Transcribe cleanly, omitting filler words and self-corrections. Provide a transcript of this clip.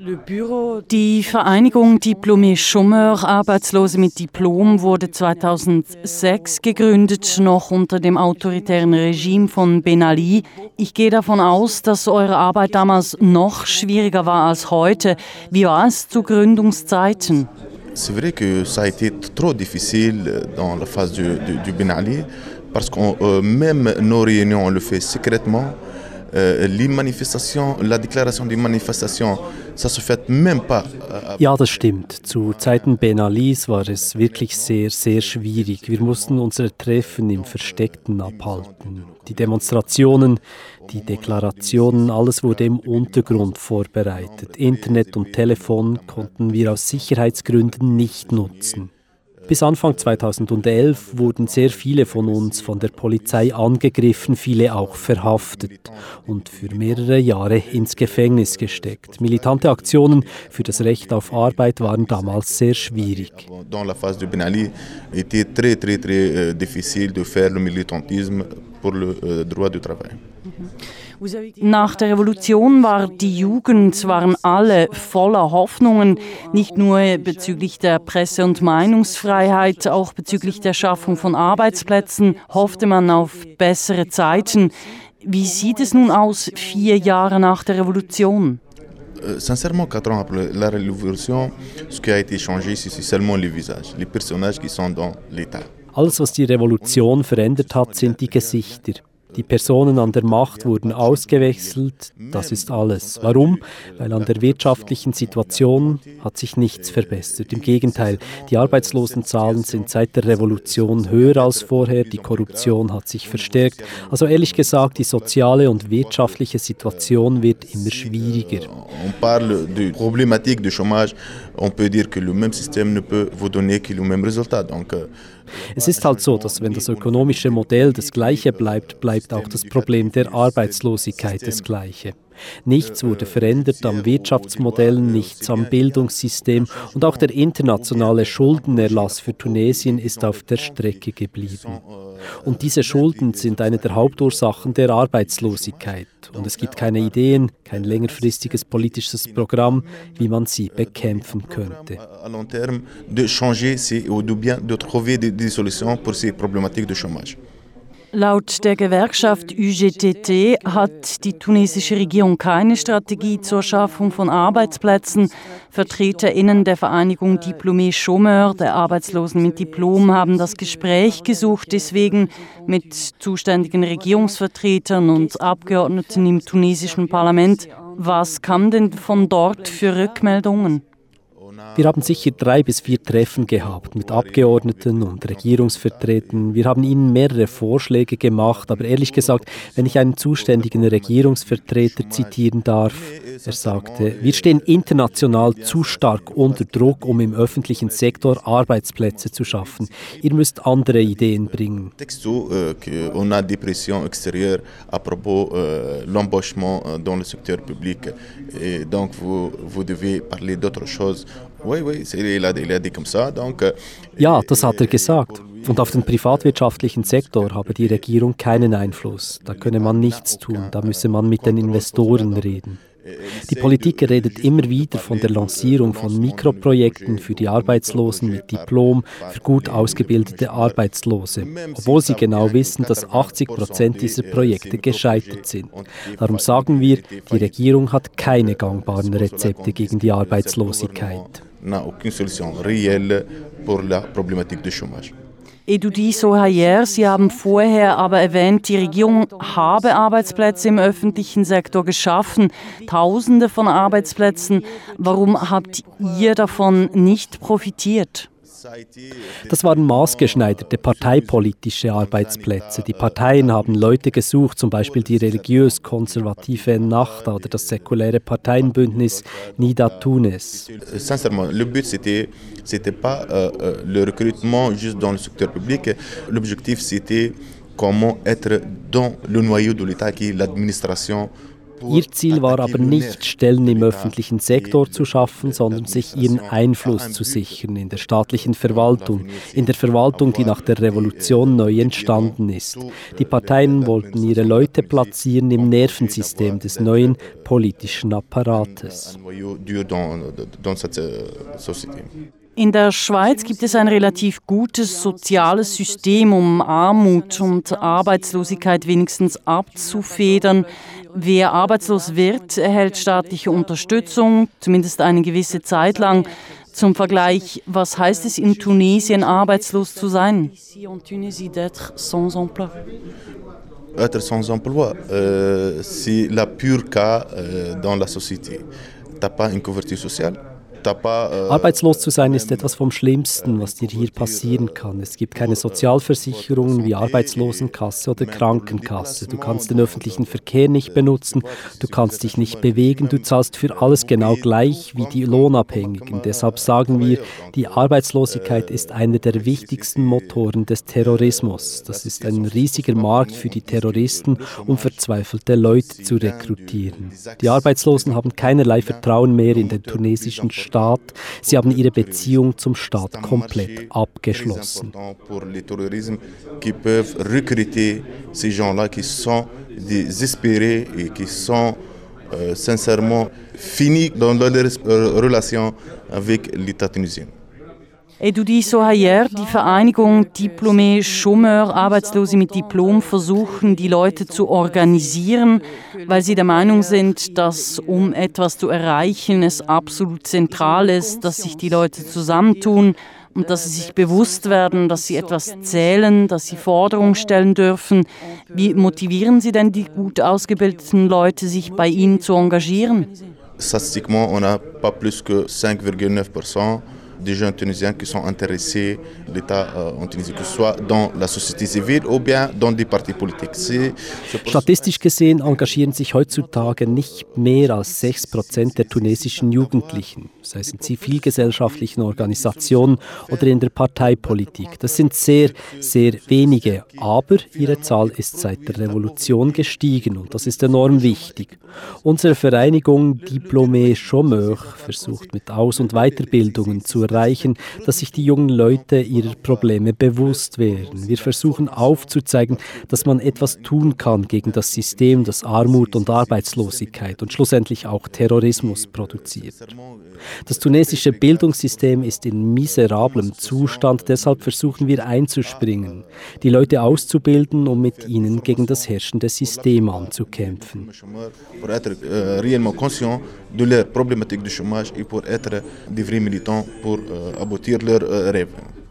Die Vereinigung Diplômés Chômeurs, Arbeitslose mit Diplom, wurde 2006 gegründet, noch unter dem autoritären Regime von Ben Ali. Ich gehe davon aus, dass eure Arbeit damals noch schwieriger war als heute. Wie war es zu Gründungszeiten? C'est vrai que ça a été trop difficile dans la phase du Ben Ali, parce que même nos réunions, on le fait secrètement. Les manifestations, la déclaration des manifestations, ça se fait même pas. Ja, das stimmt. Zu Zeiten Ben Alis war es wirklich sehr, sehr schwierig. Wir mussten unsere Treffen im Versteckten abhalten. Die Demonstrationen, die Deklarationen, alles wurde im Untergrund vorbereitet. Internet und Telefon konnten wir aus Sicherheitsgründen nicht nutzen. Bis Anfang 2011 wurden sehr viele von uns von der Polizei angegriffen, viele auch verhaftet und für mehrere Jahre ins Gefängnis gesteckt. Militante Aktionen für das Recht auf Arbeit waren damals sehr schwierig. Dans la phase de Ben Ali, était très difficile de faire le militantisme pour le droit du travail. Nach der Revolution waren alle voller Hoffnungen, nicht nur bezüglich der Presse- und Meinungsfreiheit, auch bezüglich der Schaffung von Arbeitsplätzen hoffte man auf bessere Zeiten. Wie sieht es nun aus, 4 Jahre nach der Revolution? Sincèrement, 4 ans après la Révolution, ce qui a été changé, c'est seulement les visages, les personnages qui sont dans l'État. Alles, was die Revolution verändert hat, sind die Gesichter. Die Personen an der Macht wurden ausgewechselt, das ist alles. Warum? Weil an der wirtschaftlichen Situation hat sich nichts verbessert. Im Gegenteil, die Arbeitslosenzahlen sind seit der Revolution höher als vorher, die Korruption hat sich verstärkt. Also ehrlich gesagt, die soziale und wirtschaftliche Situation wird immer schwieriger. On parle de problématique de chômage, on peut dire que le même système ne peut vous donner que le même résultat. Donc es ist halt so, dass wenn das ökonomische Modell das gleiche bleibt, bleibt auch das Problem der Arbeitslosigkeit das gleiche. Nichts wurde verändert am Wirtschaftsmodell, nichts am Bildungssystem und auch der internationale Schuldenerlass für Tunesien ist auf der Strecke geblieben. Und diese Schulden sind eine der Hauptursachen der Arbeitslosigkeit. Und es gibt keine Ideen, kein längerfristiges politisches Programm, wie man sie bekämpfen könnte. À long terme, de changer, ou bien de trouver des solutions pour ces problématiques de chômage. Laut der Gewerkschaft UGTT hat die tunesische Regierung keine Strategie zur Schaffung von Arbeitsplätzen. VertreterInnen der Vereinigung Diplômés Chômeurs, der Arbeitslosen mit Diplom, haben das Gespräch gesucht, deswegen mit zuständigen Regierungsvertretern und Abgeordneten im tunesischen Parlament. Was kam denn von dort für Rückmeldungen? Wir haben sicher 3 bis 4 Treffen gehabt mit Abgeordneten und Regierungsvertretern. Wir haben ihnen mehrere Vorschläge gemacht, aber ehrlich gesagt, wenn ich einen zuständigen Regierungsvertreter zitieren darf, er sagte, wir stehen international zu stark unter Druck, um im öffentlichen Sektor Arbeitsplätze zu schaffen. Ihr müsst andere Ideen bringen. On a des pressions extérieures à propos l'embauchement dans le secteur public. Et donc vous devez parler d'autre chose. Ja, das hat er gesagt. Und auf den privatwirtschaftlichen Sektor habe die Regierung keinen Einfluss. Da könne man nichts tun, da müsse man mit den Investoren reden. Die Politik redet immer wieder von der Lancierung von Mikroprojekten für die Arbeitslosen mit Diplom, für gut ausgebildete Arbeitslose, obwohl sie genau wissen, dass 80% dieser Projekte gescheitert sind. Darum sagen wir, die Regierung hat keine gangbaren Rezepte gegen die Arbeitslosigkeit. Edudiso Hayer, Sie haben vorher aber erwähnt, die Regierung habe Arbeitsplätze im öffentlichen Sektor geschaffen, Tausende von Arbeitsplätzen. Warum habt ihr davon nicht profitiert? Das waren maßgeschneiderte parteipolitische Arbeitsplätze. Die Parteien haben Leute gesucht, zum Beispiel die religiös-konservative Ennahda oder das säkuläre Parteienbündnis Nida Tunis. Sincèrement, le but c'était pas le recrutement juste dans le secteur public. L'objectif c'était comment être dans le noyau de l'État qui est l'administration. Ihr Ziel war aber nicht, Stellen im öffentlichen Sektor zu schaffen, sondern sich ihren Einfluss zu sichern in der staatlichen Verwaltung, in der Verwaltung, die nach der Revolution neu entstanden ist. Die Parteien wollten ihre Leute platzieren im Nervensystem des neuen politischen Apparates. In der Schweiz gibt es ein relativ gutes soziales System, um Armut und Arbeitslosigkeit wenigstens abzufedern. Wer arbeitslos wird, erhält staatliche Unterstützung, zumindest eine gewisse Zeit lang. Zum Vergleich, was heißt es in Tunesien, arbeitslos zu sein? Être sans emploi, c'est la pure cas dans la société. T'as pas une couverture sociale. Arbeitslos zu sein ist etwas vom Schlimmsten, was dir hier passieren kann. Es gibt keine Sozialversicherungen wie Arbeitslosenkasse oder Krankenkasse. Du kannst den öffentlichen Verkehr nicht benutzen, du kannst dich nicht bewegen, du zahlst für alles genau gleich wie die Lohnabhängigen. Deshalb sagen wir, die Arbeitslosigkeit ist einer der wichtigsten Motoren des Terrorismus. Das ist ein riesiger Markt für die Terroristen, um verzweifelte Leute zu rekrutieren. Die Arbeitslosen haben keinerlei Vertrauen mehr in den tunesischen Staat. Sie haben ihre Beziehung zum Staat komplett abgeschlossen. Pour les terroristes qui peuvent recruter ces gens-là qui sont désespérés et qui sont sincèrement finis dans leur relation avec l'État tunisien. Edoudi Sohayer, die Vereinigung Diplômés Chômeurs, Arbeitslose mit Diplom, versuchen, die Leute zu organisieren, weil sie der Meinung sind, dass, um etwas zu erreichen, es absolut zentral ist, dass sich die Leute zusammentun und dass sie sich bewusst werden, dass sie etwas zählen, dass sie Forderungen stellen dürfen. Wie motivieren Sie denn die gut ausgebildeten Leute, sich bei Ihnen zu engagieren? Statistiquement, on n'a pas plus que 5,9% des jeunes Tunisiens qui sont intéressés à l'État en Tunisie, que ce soit dans la société civile ou bien dans des partis politiques. Statistisch gesehen engagieren sich heutzutage nicht mehr als 6% der tunesischen Jugendlichen, sei es in zivilgesellschaftlichen Organisationen oder in der Parteipolitik. Das sind sehr, sehr wenige, aber ihre Zahl ist seit der Revolution gestiegen und das ist enorm wichtig. Unsere Vereinigung Diplômés Chômeurs versucht mit Aus- und Weiterbildungen zu erreichen, dass sich die jungen Leute ihrer Probleme bewusst werden. Wir versuchen aufzuzeigen, dass man etwas tun kann gegen das System, das Armut und Arbeitslosigkeit und schlussendlich auch Terrorismus produziert. Das tunesische Bildungssystem ist in miserablem Zustand, deshalb versuchen wir einzuspringen, die Leute auszubilden, um mit ihnen gegen das herrschende System anzukämpfen. Pour être réellement conscient de leur problématique du chômage et pour être des vrais militants pour aboutir leurs rêves.